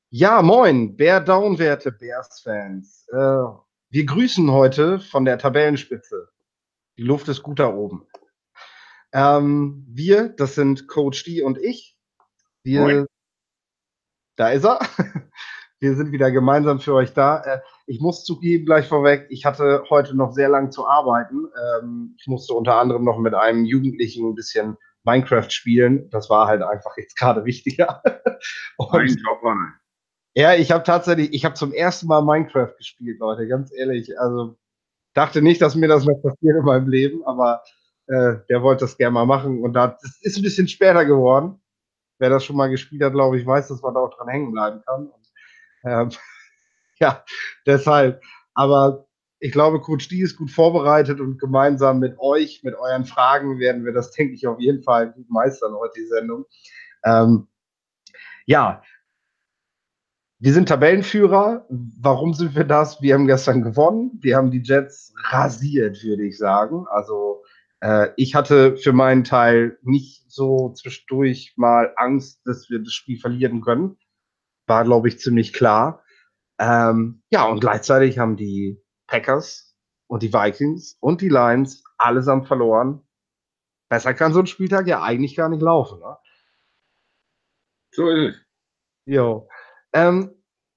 Ja, moin, Bear Down-Werte, Bears-Fans. Wir grüßen heute von der Tabellenspitze. Die Luft ist gut da oben. Das sind Coach D und ich. Moin. Wir, Da ist er. Wir sind wieder gemeinsam für euch da. Ich muss zugeben, gleich vorweg, ich hatte heute noch sehr lang zu arbeiten. Ich musste unter anderem noch mit einem Jugendlichen ein bisschen Minecraft spielen. Das war halt einfach jetzt gerade wichtiger. Und Ein Jobber. ja, ich habe zum ersten Mal Minecraft gespielt, Leute, ganz ehrlich. Also dachte nicht, dass mir das noch passiert in meinem Leben, aber der wollte das gerne mal machen und das ist ein bisschen später geworden. Wer das schon mal gespielt hat, glaube ich, weiß, dass man da auch dran hängen bleiben kann. Und, ähm, ja, deshalb. Aber ich glaube, Coach D ist gut vorbereitet und gemeinsam mit euch, mit euren Fragen, werden wir das, denke ich, auf jeden Fall gut meistern heute, die Sendung. Ähm, ja, Wir sind Tabellenführer. Warum sind wir das? Wir haben gestern gewonnen. Wir haben die Jets rasiert, würde ich sagen. Also ich hatte für meinen Teil nicht so zwischendurch mal Angst, dass wir das Spiel verlieren können. War, glaube ich, ziemlich klar. Ja, und gleichzeitig haben die Packers und die Vikings und die Lions allesamt verloren. Besser kann so ein Spieltag ja eigentlich gar nicht laufen. Ne? So ist es. Jo. Ähm,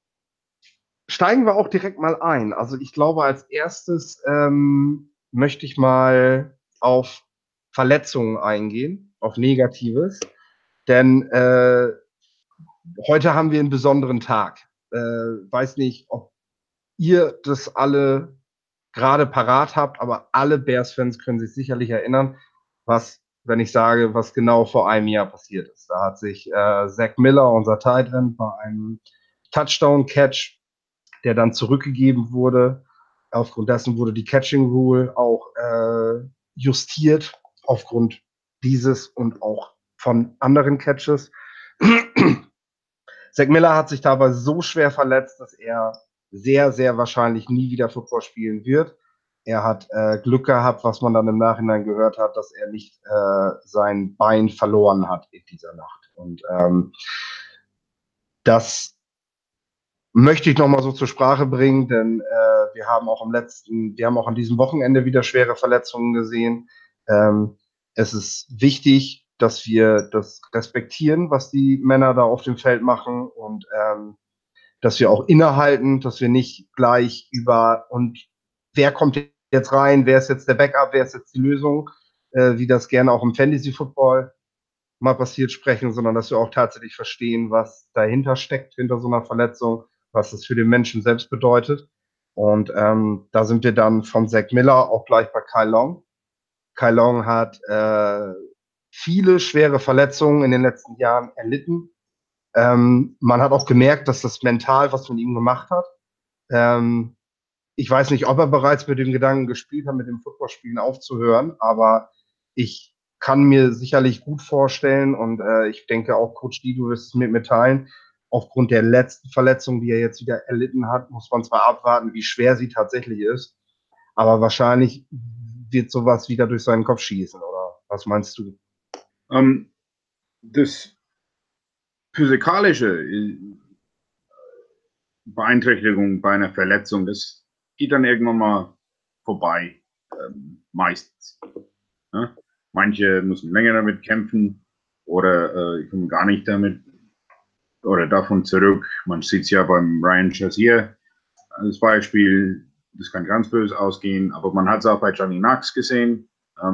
Steigen wir auch direkt mal ein. Also ich glaube, als erstes möchte ich mal auf Verletzungen eingehen, auf Negatives. Denn heute haben wir einen besonderen Tag. Weiß nicht, ob ihr das alle gerade parat habt, aber alle Bears-Fans können sich sicherlich erinnern, wenn ich sage, was genau vor einem Jahr passiert ist. Da hat sich Zach Miller, unser Tight End, bei einem Touchdown-Catch, der dann zurückgegeben wurde. Aufgrund dessen wurde die Catching Rule auch justiert, aufgrund dieses und auch von anderen Catches. Zach Miller hat sich dabei so schwer verletzt, dass er sehr, sehr wahrscheinlich nie wieder Football spielen wird. Er hat Glück gehabt, was man dann im Nachhinein gehört hat, dass er nicht sein Bein verloren hat in dieser Nacht. Und das möchte ich nochmal so zur Sprache bringen, denn wir haben auch an diesem Wochenende wieder schwere Verletzungen gesehen. Ähm, Es ist wichtig, dass wir das respektieren, was die Männer da auf dem Feld machen und dass wir auch innehalten, dass wir nicht gleich über und wer kommt jetzt rein, wer ist jetzt der Backup, wer ist jetzt die Lösung, wie das gerne auch im Fantasy Football mal passiert, sprechen, sondern dass wir auch tatsächlich verstehen, was dahinter steckt, hinter so einer Verletzung, was das für den Menschen selbst bedeutet. Und da sind wir dann von Zach Miller auch gleich bei Kyle Long. Kyle Long hat viele schwere Verletzungen in den letzten Jahren erlitten. Man hat auch gemerkt, dass das mental was von ihm gemacht hat. Ähm, Ich weiß nicht, ob er bereits mit dem Gedanken gespielt hat, mit dem Footballspielen aufzuhören, aber ich kann mir sicherlich gut vorstellen und ich denke auch Coach D, du wirst es mit mir teilen, aufgrund der letzten Verletzung, die er jetzt wieder erlitten hat, muss man zwar abwarten, wie schwer sie tatsächlich ist, aber wahrscheinlich wird sowas wieder durch seinen Kopf schießen, oder was meinst du? Das physikalische Beeinträchtigung bei einer Verletzung, das geht dann irgendwann mal vorbei, meistens. Ne? Manche müssen länger damit kämpfen oder kommen gar nicht damit oder davon zurück. Man sieht es ja beim Ryan Shazier als Beispiel. Das kann ganz böse ausgehen, aber man hat es auch bei Johnny Knox gesehen.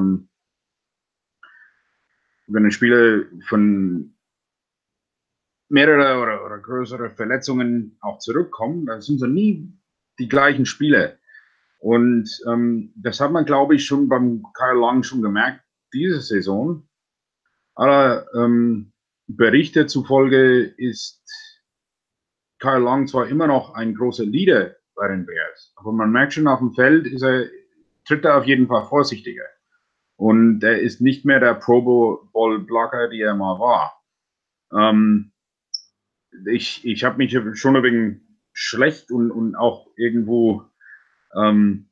Wenn ein Spieler von mehrere oder größere Verletzungen auch zurückkommen, dann sind sie nie die gleichen Spiele. Und das hat man, glaube ich, schon beim Kyle Long schon gemerkt, diese Saison. Aber Berichte zufolge ist Kyle Long zwar immer noch ein großer Leader bei den Bears, aber man merkt schon auf dem Feld, tritt er auf jeden Fall vorsichtiger. Und er ist nicht mehr der Pro Bowl Blocker, der er mal war. Ähm, ich habe mich schon ein wenig schlecht und auch irgendwo, ähm,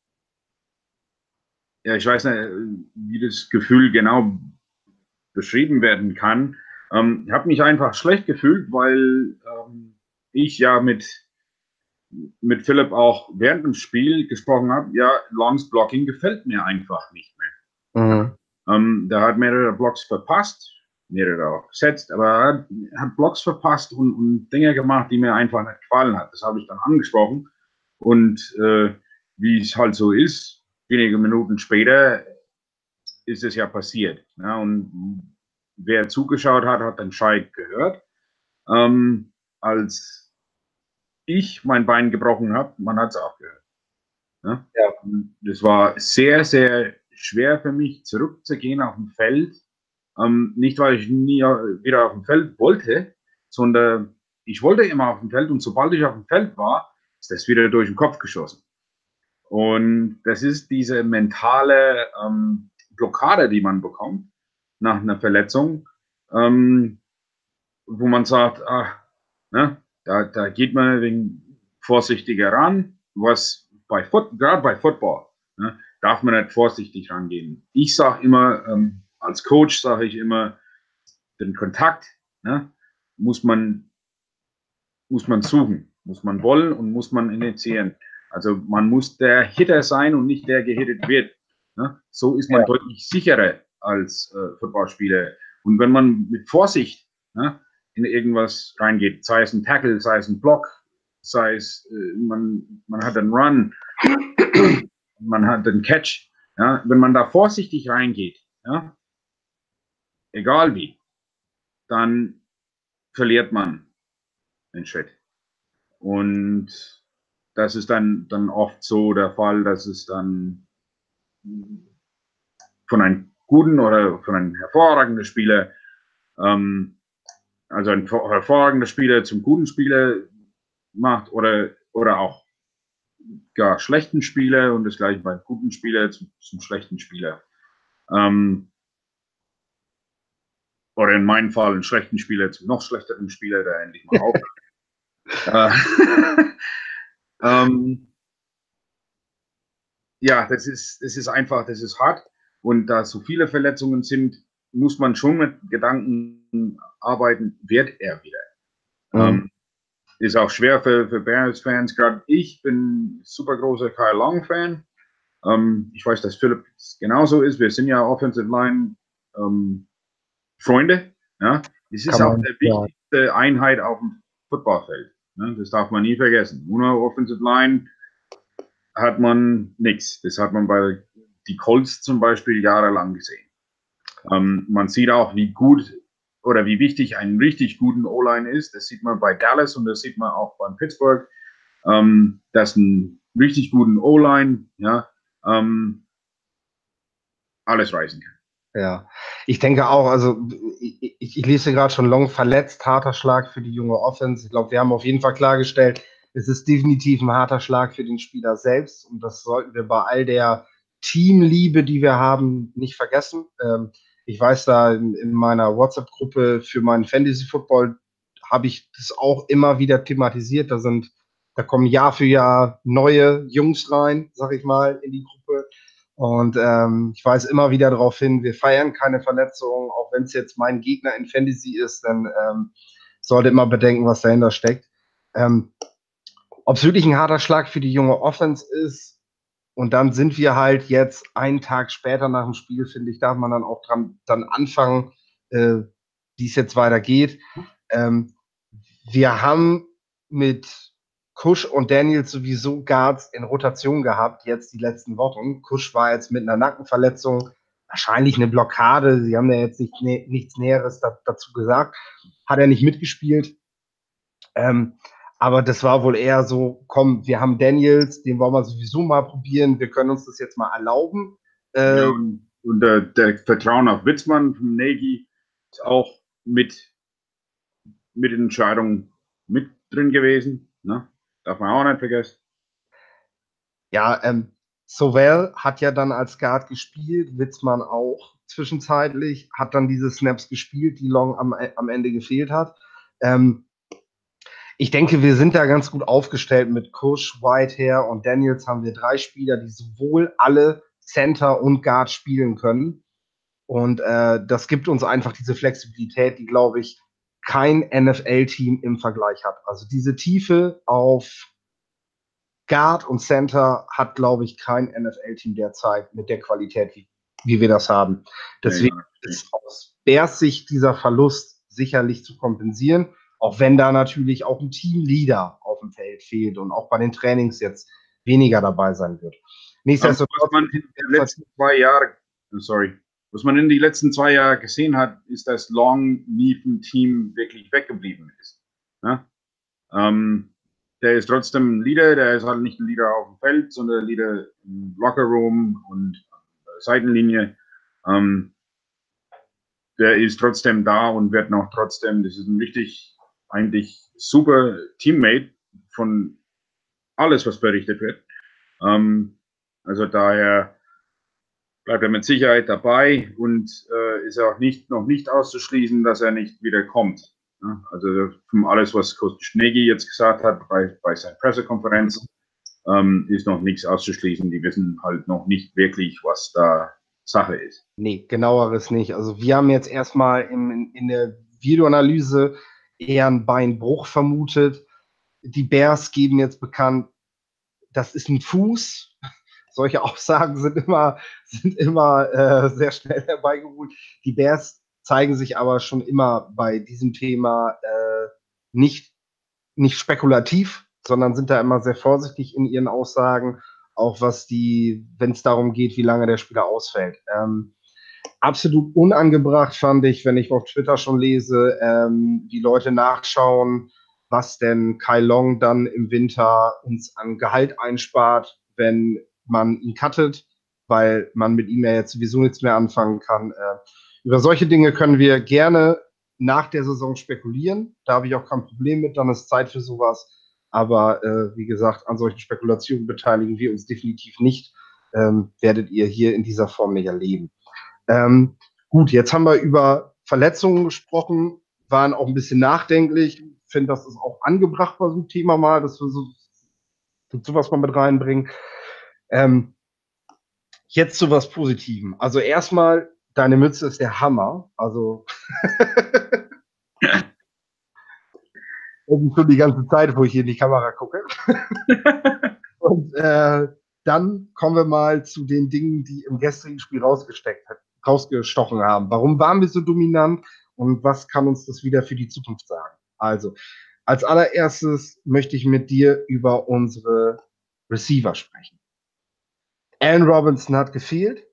ja, ich weiß nicht, wie das Gefühl genau beschrieben werden kann. Ich habe mich einfach schlecht gefühlt, weil ich ja mit Philipp auch während dem Spiel gesprochen habe, ja, Longs Blocking gefällt mir einfach nicht mehr. Mhm. Der hat mehrere Blocks verpasst, mehrere auch gesetzt, aber er hat Blocks verpasst und Dinge gemacht, die mir einfach nicht gefallen hat. Das habe ich dann angesprochen. Und wie es halt so ist, wenige Minuten später ist es ja passiert. Ja, und wer zugeschaut hat, hat den Scheit gehört. Als ich mein Bein gebrochen habe, man hat es auch gehört. Ja? Ja. Das war sehr, sehr schwer für mich, zurückzugehen auf dem Feld. Nicht, weil ich nie wieder auf dem Feld wollte, sondern ich wollte immer auf dem Feld und sobald ich auf dem Feld war, ist das wieder durch den Kopf geschossen. Und das ist diese mentale Blockade, die man bekommt nach einer Verletzung, wo man sagt, ach, ne, da geht man wegen vorsichtiger ran, was gerade bei Football, ne, darf man nicht vorsichtig rangehen. Ich sage immer, als Coach sage ich immer, den Kontakt, ne, muss man, muss man suchen, muss man wollen und muss man initiieren. Also man muss der Hitter sein und nicht der gehittet wird. Ne? So ist man Ja. deutlich sicherer als Footballspieler. Und wenn man mit Vorsicht, ne, in irgendwas reingeht, sei es ein Tackle, sei es ein Block, sei es man hat einen Run, man hat einen Catch, ja, wenn man da vorsichtig reingeht, ja, egal wie, dann verliert man den Schritt. Und das ist dann oft so der Fall, dass es dann von einem guten oder von einem hervorragenden Spieler, also ein hervorragender Spieler zum guten Spieler macht oder auch gar schlechten Spieler und das gleiche bei guten Spieler zum schlechten Spieler. Oder in meinem Fall einen schlechten Spieler zum noch schlechteren Spieler, der endlich mal aufhört. Ja, das ist einfach, das ist hart. Und da so viele Verletzungen sind, muss man schon mit Gedanken arbeiten, wird er wieder. Mhm. Ist auch schwer für Bears-Fans. Gerade ich bin super großer Kyle Long-Fan. Ich weiß, dass Philipp genauso ist. Wir sind ja Offensive Line Freunde. Ja? Es ist Kann auch man, der ja. wichtigste Einheit auf dem Footballfeld. Ne? Das darf man nie vergessen. Ohne Offensive Line hat man nichts. Das hat man bei die Colts zum Beispiel jahrelang gesehen. Man sieht auch, wie gut oder wie wichtig einen richtig guten O-Line ist. Das sieht man bei Dallas und das sieht man auch bei Pittsburgh, dass einen richtig guten O-Line, ja, alles reißen kann. Ja, ich denke auch, also ich lese gerade schon Long verletzt, harter Schlag für die junge Offense. Ich glaube, wir haben auf jeden Fall klargestellt, es ist definitiv ein harter Schlag für den Spieler selbst und das sollten wir bei all der Teamliebe, die wir haben, nicht vergessen. Ich weiß da in meiner WhatsApp-Gruppe für meinen Fantasy Football habe ich das auch immer wieder thematisiert. Da kommen Jahr für Jahr neue Jungs rein, sag ich mal, in die Gruppe. Und ich weise immer wieder darauf hin, wir feiern keine Verletzungen, auch wenn es jetzt mein Gegner in Fantasy ist, dann sollte immer bedenken, was dahinter steckt. Ähm, Ob es wirklich ein harter Schlag für die junge Offense ist, und dann sind wir halt jetzt einen Tag später nach dem Spiel, finde ich, darf man dann auch dann anfangen, wie es jetzt weitergeht. Ähm, Wir haben mit Kusch und Daniels sowieso Guards in Rotation gehabt, jetzt die letzten Wochen. Kusch war jetzt mit einer Nackenverletzung, wahrscheinlich eine Blockade. Sie haben ja jetzt nichts Näheres dazu gesagt. Hat er nicht mitgespielt. Ähm, aber das war wohl eher so, komm, wir haben Daniels, den wollen wir sowieso mal probieren. Wir können uns das jetzt mal erlauben. Ja, Äh, und der Vertrauen auf Witzmann von Nagy ist auch mit Entscheidungen mit drin gewesen. Ne? Darf man auch nicht vergessen. Ja, Sowell hat ja dann als Guard gespielt, Witzmann auch zwischenzeitlich, hat dann diese Snaps gespielt, die Long am Ende gefehlt hat. Ähm, Ich denke, wir sind da ganz gut aufgestellt mit Kush, Whitehair und Daniels haben wir drei Spieler, die sowohl alle Center und Guard spielen können. Und das gibt uns einfach diese Flexibilität, die, glaube ich, kein NFL-Team im Vergleich hat. Also diese Tiefe auf Guard und Center hat, glaube ich, kein NFL-Team derzeit mit der Qualität, wie wir das haben. Deswegen ist aus Bears Sicht dieser Verlust sicherlich zu kompensieren, auch wenn da natürlich auch ein Teamleader auf dem Feld fehlt und auch bei den Trainings jetzt weniger dabei sein wird. Nichtsdestotrotz, was man in den letzten 2 Jahren, was man in den letzten 2 Jahren gesehen hat, ist, dass Long nie vom Team wirklich weggeblieben ist. Ja? Der ist trotzdem ein Leader, der ist halt nicht ein Leader auf dem Feld, sondern ein Leader im Lockerroom und Seitenlinie. Der ist trotzdem da und wird noch trotzdem, das ist ein richtig, eigentlich super Teammate von alles, was berichtet wird. Also daher bleibt er mit Sicherheit dabei und ist auch noch nicht auszuschließen, dass er nicht wieder kommt. Ja, also von alles, was Coach Nagy jetzt gesagt hat bei seiner Pressekonferenz, ist noch nichts auszuschließen. Die wissen halt noch nicht wirklich, was da Sache ist. Nee, genaueres nicht. Also wir haben jetzt erstmal in der Videoanalyse eher einen Beinbruch vermutet. Die Bears geben jetzt bekannt, das ist ein Fuß. Solche Aussagen sind immer sehr schnell herbeigeholt. Die Bears zeigen sich aber schon immer bei diesem Thema nicht spekulativ, sondern sind da immer sehr vorsichtig in ihren Aussagen, auch wenn es darum geht, wie lange der Spieler ausfällt. Absolut unangebracht fand ich, wenn ich auf Twitter schon lese, die Leute nachschauen, was denn Kai Long dann im Winter uns an Gehalt einspart, wenn man ihn cuttet, weil man mit ihm ja jetzt sowieso nichts mehr anfangen kann. Über solche Dinge können wir gerne nach der Saison spekulieren. Da habe ich auch kein Problem mit, dann ist Zeit für sowas. Aber wie gesagt, an solchen Spekulationen beteiligen wir uns definitiv nicht. Werdet ihr hier in dieser Form nicht erleben. Gut, jetzt haben wir über Verletzungen gesprochen, waren auch ein bisschen nachdenklich. Ich finde, das ist auch angebracht bei so einem Thema mal, dass wir sowas mal mit reinbringen. Jetzt zu was Positivem. Also erstmal, deine Mütze ist der Hammer. Also schon die ganze Zeit, wo ich hier in die Kamera gucke. Und dann kommen wir mal zu den Dingen, die im gestrigen Spiel rausgestochen haben. Warum waren wir so dominant und was kann uns das wieder für die Zukunft sagen? Also, als allererstes möchte ich mit dir über unsere Receiver sprechen. Allen Robinson hat gefehlt.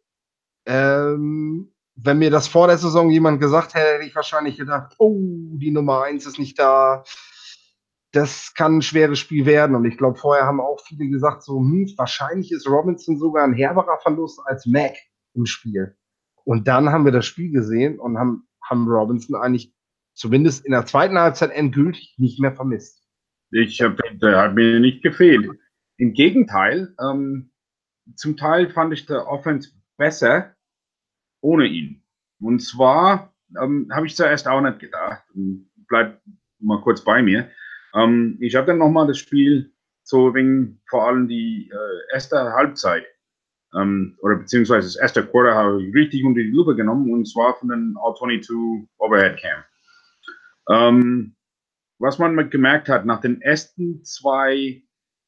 Wenn mir das vor der Saison jemand gesagt hätte, hätte ich wahrscheinlich gedacht, oh, die Nummer 1 ist nicht da. Das kann ein schweres Spiel werden. Und ich glaube, vorher haben auch viele gesagt, so, wahrscheinlich ist Robinson sogar ein herberer Verlust als Mac im Spiel. Und dann haben wir das Spiel gesehen und haben Robinson eigentlich zumindest in der zweiten Halbzeit endgültig nicht mehr vermisst. Der hat mir nicht gefehlt. Im Gegenteil, zum Teil fand ich der Offense besser ohne ihn. Und zwar habe ich zuerst auch nicht gedacht. Bleib mal kurz bei mir. Ich habe dann nochmal das Spiel so wegen vor allem die erste Halbzeit oder beziehungsweise das erste Quarter habe ich richtig unter die Lupe genommen und zwar von den All-22 Overhead Cam. Was man gemerkt hat, nach den ersten 2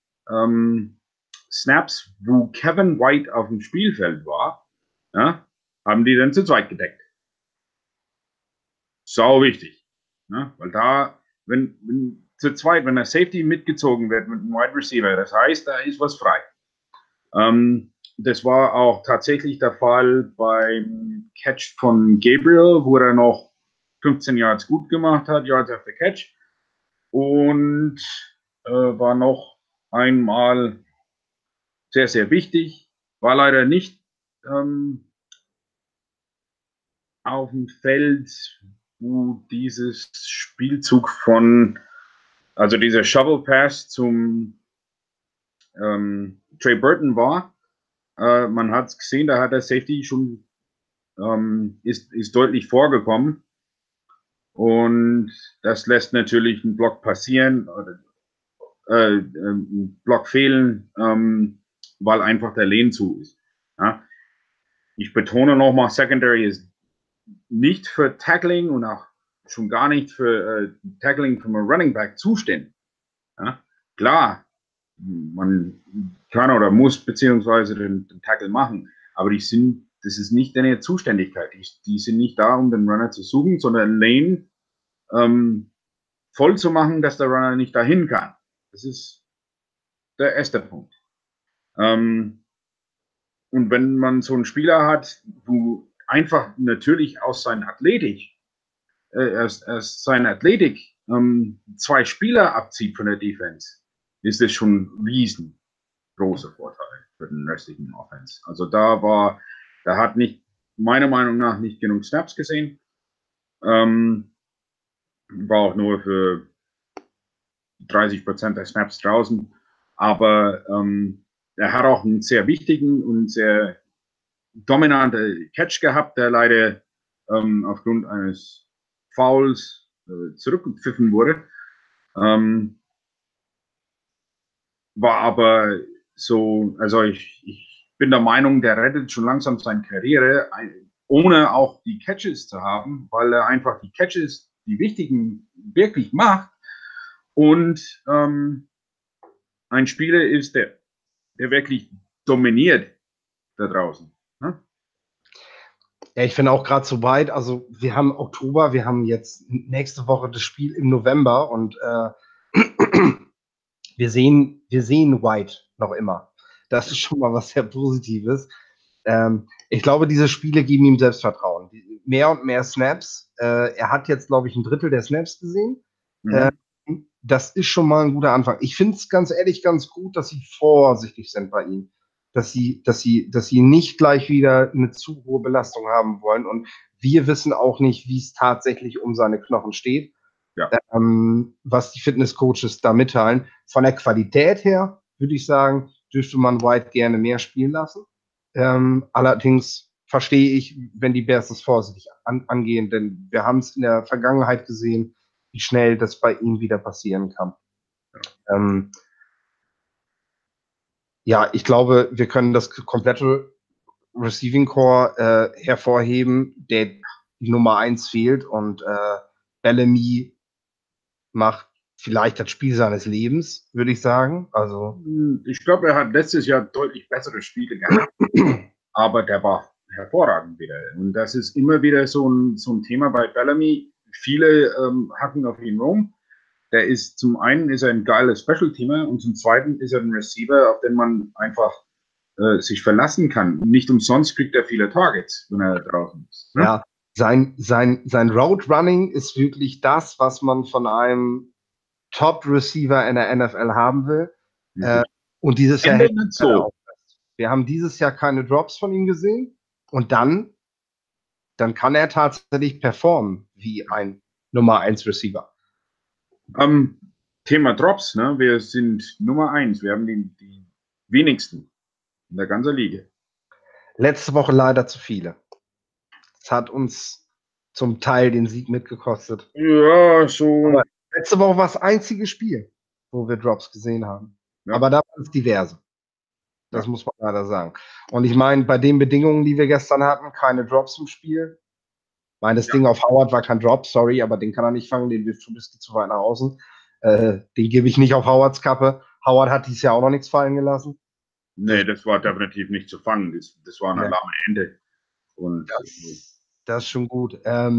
Snaps, wo Kevin White auf dem Spielfeld war, ja, haben die dann zu zweit gedeckt. Sau wichtig. Ja, weil da, wenn zu zweit, wenn der Safety mitgezogen wird mit einem Wide Receiver, das heißt, da ist was frei. Das war auch tatsächlich der Fall beim Catch von Gabriel, wo er noch 15 Yards gut gemacht hat, Yards after Catch. Und war noch einmal sehr, sehr wichtig. War leider nicht auf dem Feld, wo dieses Spielzug also dieser Shovel Pass zum Trey Burton war. Man hat es gesehen, da hat der Safety schon ist deutlich vorgekommen. Und das lässt natürlich einen Block passieren, einen Block fehlen, weil einfach der Lane zu ist. Ja. Ich betone nochmal, Secondary ist nicht für Tackling und auch schon gar nicht für Tackling vom Running Back zuständig. Ja? Klar, man kann oder muss beziehungsweise den Tackle machen, aber das ist nicht deine Zuständigkeit. Die sind nicht da, um den Runner zu suchen, sondern Lane voll zu machen, dass der Runner nicht dahin kann. Das ist der erste Punkt. Und wenn man so einen Spieler hat, wo einfach natürlich aus seiner Athletik, zwei Spieler abzieht von der Defense, ist das schon ein riesengroßer Vorteil für den restlichen Offense. Also da hat nicht, meiner Meinung nach, nicht genug Snaps gesehen. War auch nur für 30% der Snaps draußen. Aber er hat auch einen sehr wichtigen und sehr dominanten Catch gehabt, der leider aufgrund eines Fouls zurückgepfiffen wurde. War aber so, also ich bin der Meinung, der rettet schon langsam seine Karriere, ohne auch die Catches zu haben, weil er einfach die Catches, die wichtigen, wirklich macht. Und ein Spieler ist, der wirklich dominiert da draußen. Ne? Ja, ich finde auch gerade so weit, also wir haben Oktober, wir haben jetzt nächste Woche das Spiel im November und wir sehen White noch immer. Das ist schon mal was sehr Positives. Ich glaube, diese Spiele geben ihm Selbstvertrauen. Mehr und mehr Snaps. Er hat jetzt, glaube ich, ein Drittel der Snaps gesehen. Das ist schon mal ein guter Anfang. Ich finde es ganz ehrlich ganz gut, dass sie vorsichtig sind bei ihm. Dass sie nicht gleich wieder eine zu hohe Belastung haben wollen. Und wir wissen auch nicht, wie es tatsächlich um seine Knochen steht. Ja. Was die Fitnesscoaches da mitteilen. Von der Qualität her würde ich sagen, dürfte man White gerne mehr spielen lassen. Allerdings verstehe ich, wenn die Bears das vorsichtig angehen, denn wir haben es in der Vergangenheit gesehen, wie schnell das bei ihm wieder passieren kann. Ja, ich glaube, wir können das komplette Receiving Core hervorheben, der die Nummer 1 fehlt und Bellamy macht vielleicht das Spiel seines Lebens, würde ich sagen. Also ich glaube, er hat letztes Jahr deutlich bessere Spiele gehabt, aber der war hervorragend wieder. Und das ist immer wieder so ein Thema bei Bellamy. Viele hacken auf ihn rum. Der ist zum einen ist er ein geiler Special-Teamer und zum zweiten ist er ein Receiver, auf den man einfach sich verlassen kann. Nicht umsonst kriegt er viele Targets, wenn er draußen ist. Ne? Ja, sein Route Running ist wirklich das, was man von einem Top-Receiver in der NFL haben will. Und dieses Jahr so. Wir haben dieses Jahr keine Drops von ihm gesehen. Und dann kann er tatsächlich performen wie ein Nummer 1 Receiver. Thema Drops, ne? Wir sind Nummer 1. Wir haben die wenigsten in der ganzen Liga. Letzte Woche leider zu viele. Das hat uns zum Teil den Sieg mitgekostet. Ja, so. Aber letzte Woche war das einzige Spiel, wo wir Drops gesehen haben. Ja. Aber da waren es diverse. Das muss man leider sagen. Und ich meine, bei den Bedingungen, die wir gestern hatten, keine Drops im Spiel. Ich meine, das Ding auf Howard war kein Drop, sorry, aber den kann er nicht fangen, den wirft Trubisky zu weit nach außen. Den gebe ich nicht auf Howards Kappe. Howard hat dieses Jahr auch noch nichts fallen gelassen. Nee, das war definitiv nicht zu fangen. Das war ein Alarmende. Und das ist schon gut.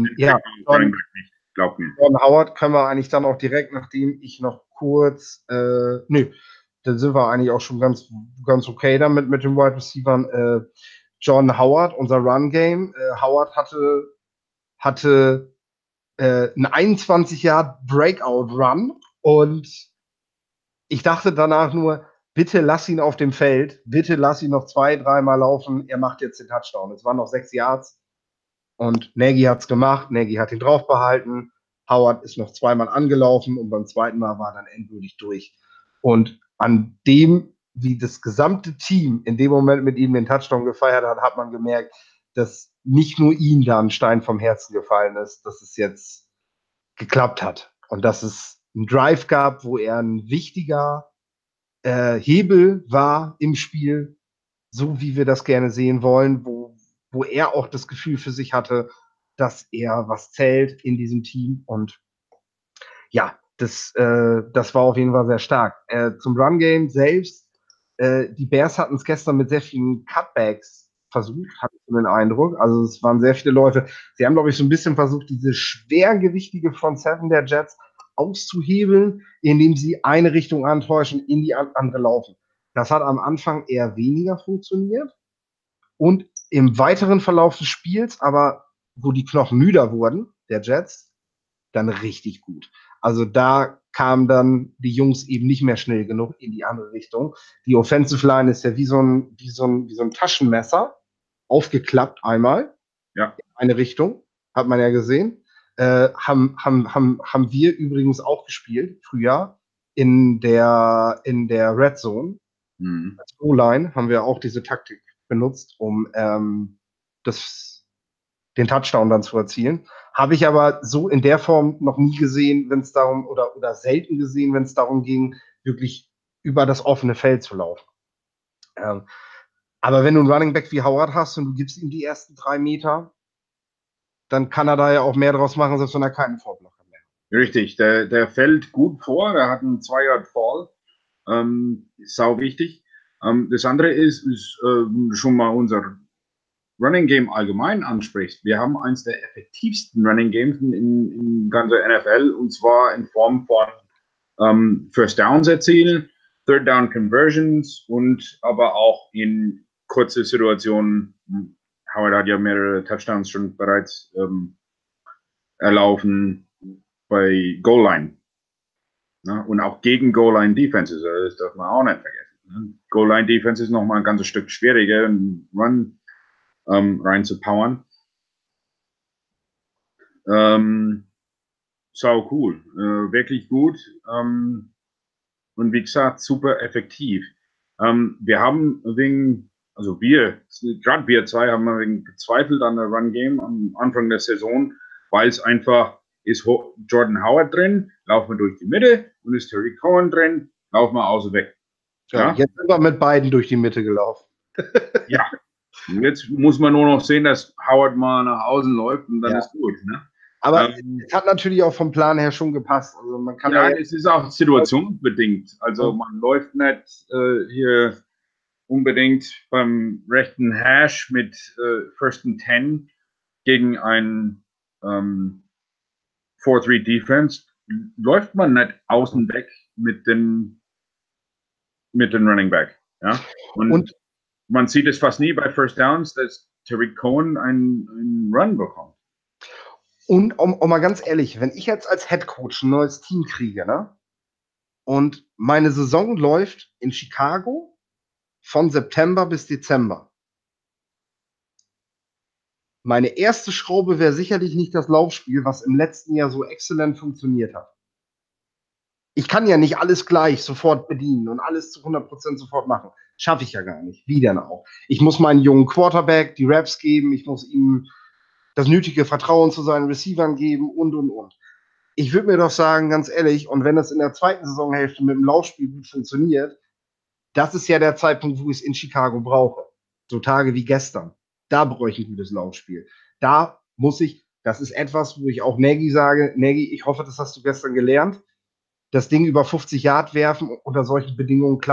Glaub mir. Von Howard können wir eigentlich dann auch direkt, nachdem ich noch kurz, dann sind wir eigentlich auch schon ganz okay damit mit den Wide Receivern. John Howard, unser Run Game. Howard hatte einen 21 Yard Breakout Run und ich dachte danach nur, bitte lass ihn auf dem Feld, bitte lass ihn noch 2-3 Mal laufen, er macht jetzt den Touchdown. Es waren noch 6 Yards und Nagy hat es gemacht, Nagy hat ihn drauf behalten, Howard ist noch 2-mal angelaufen und beim zweiten Mal war er dann endgültig durch. Und an dem, wie das gesamte Team in dem Moment mit ihm den Touchdown gefeiert hat, hat man gemerkt, dass nicht nur ihm da ein Stein vom Herzen gefallen ist, dass es jetzt geklappt hat und dass es einen Drive gab, wo er ein wichtiger Hebel war im Spiel, so wie wir das gerne sehen wollen, wo er auch das Gefühl für sich hatte, dass er was zählt in diesem Team. Und ja, das war auf jeden Fall sehr stark. Zum Run-Game selbst, die Bears hatten es gestern mit sehr vielen Cutbacks versucht, hatte ich so den Eindruck. Also es waren sehr viele Leute. Sie haben, glaube ich, so ein bisschen versucht, diese schwergewichtige Front Seven der Jets auszuhebeln, indem sie eine Richtung antäuschen, in die andere laufen. Das hat am Anfang eher weniger funktioniert. Und im weiteren Verlauf des Spiels, aber wo die Knochen müder wurden, der Jets, dann richtig gut. Also da kamen dann die Jungs eben nicht mehr schnell genug in die andere Richtung. Die Offensive Line ist ja wie so ein Taschenmesser, aufgeklappt einmal, Ja. in eine Richtung, hat man ja gesehen. Haben wir übrigens auch gespielt, Frühjahr, in der Red Zone. Als O-Line haben wir auch diese Taktik benutzt, um den Touchdown dann zu erzielen. Habe ich aber so in der Form noch nie gesehen, wenn es darum, oder selten gesehen, wenn es darum ging, wirklich über das offene Feld zu laufen. Aber wenn du einen Running Back wie Howard hast und du gibst ihm die ersten 3 Meter, dann kann er da ja auch mehr draus machen, selbst wenn er keinen Vorblocker mehr hat. Richtig, der fällt gut vor, der hat einen 2-Yard-Fall, sau wichtig. Das andere ist schon mal unser Running Game allgemein ansprichst. Wir haben eins der effektivsten Running Games in ganzer NFL, und zwar in Form von First Downs erzielen, Third Down Conversions und aber auch in kurze Situationen. Howard hat ja mehrere Touchdowns schon bereits erlaufen bei Goal Line. Ja, und auch gegen Goal Line Defenses, das darf man auch nicht vergessen. Goal Line Defense ist nochmal ein ganzes Stück schwieriger, einen Run rein zu powern. Sau cool, wirklich gut. Und wie gesagt, super effektiv. Wir haben gerade wir zwei haben ein wenig gezweifelt an der Run-Game am Anfang der Saison, weil es einfach ist Jordan Howard drin, laufen wir durch die Mitte, und ist Terry Cohen drin, laufen wir außen weg. Ja, jetzt sind wir mit beiden durch die Mitte gelaufen. Ja, jetzt muss man nur noch sehen, dass Howard mal nach außen läuft, und dann ist gut. Ne? Aber es hat natürlich auch vom Plan her schon gepasst. Also man kann es ist auch situationsbedingt. Also man läuft nicht hier unbedingt beim rechten Hash mit First and 10 gegen ein 4-3 Defense. Läuft man nicht außen weg mit den Running Back. Ja? Und man sieht es fast nie bei First Downs, dass Tariq Cohen einen Run bekommt. Und mal ganz ehrlich, wenn ich jetzt als Head Coach ein neues Team kriege, ne, und meine Saison läuft in Chicago von September bis Dezember. Meine erste Schraube wäre sicherlich nicht das Laufspiel, was im letzten Jahr so exzellent funktioniert hat. Ich kann ja nicht alles gleich sofort bedienen und alles zu 100% sofort machen. Schaffe ich ja gar nicht. Wie denn auch? Ich muss meinen jungen Quarterback die Raps geben, ich muss ihm das nötige Vertrauen zu seinen Receivern geben und. Ich würde mir doch sagen, ganz ehrlich, und wenn das in der zweiten Saisonhälfte mit dem Laufspiel gut funktioniert, das ist ja der Zeitpunkt, wo ich es in Chicago brauche. So Tage wie gestern. Da brauche ich ein gutes Laufspiel. Da muss ich, das ist etwas, wo ich auch Nagy sage, Nagy, ich hoffe, das hast du gestern gelernt, das Ding über 50 Yard werfen unter solchen Bedingungen klappt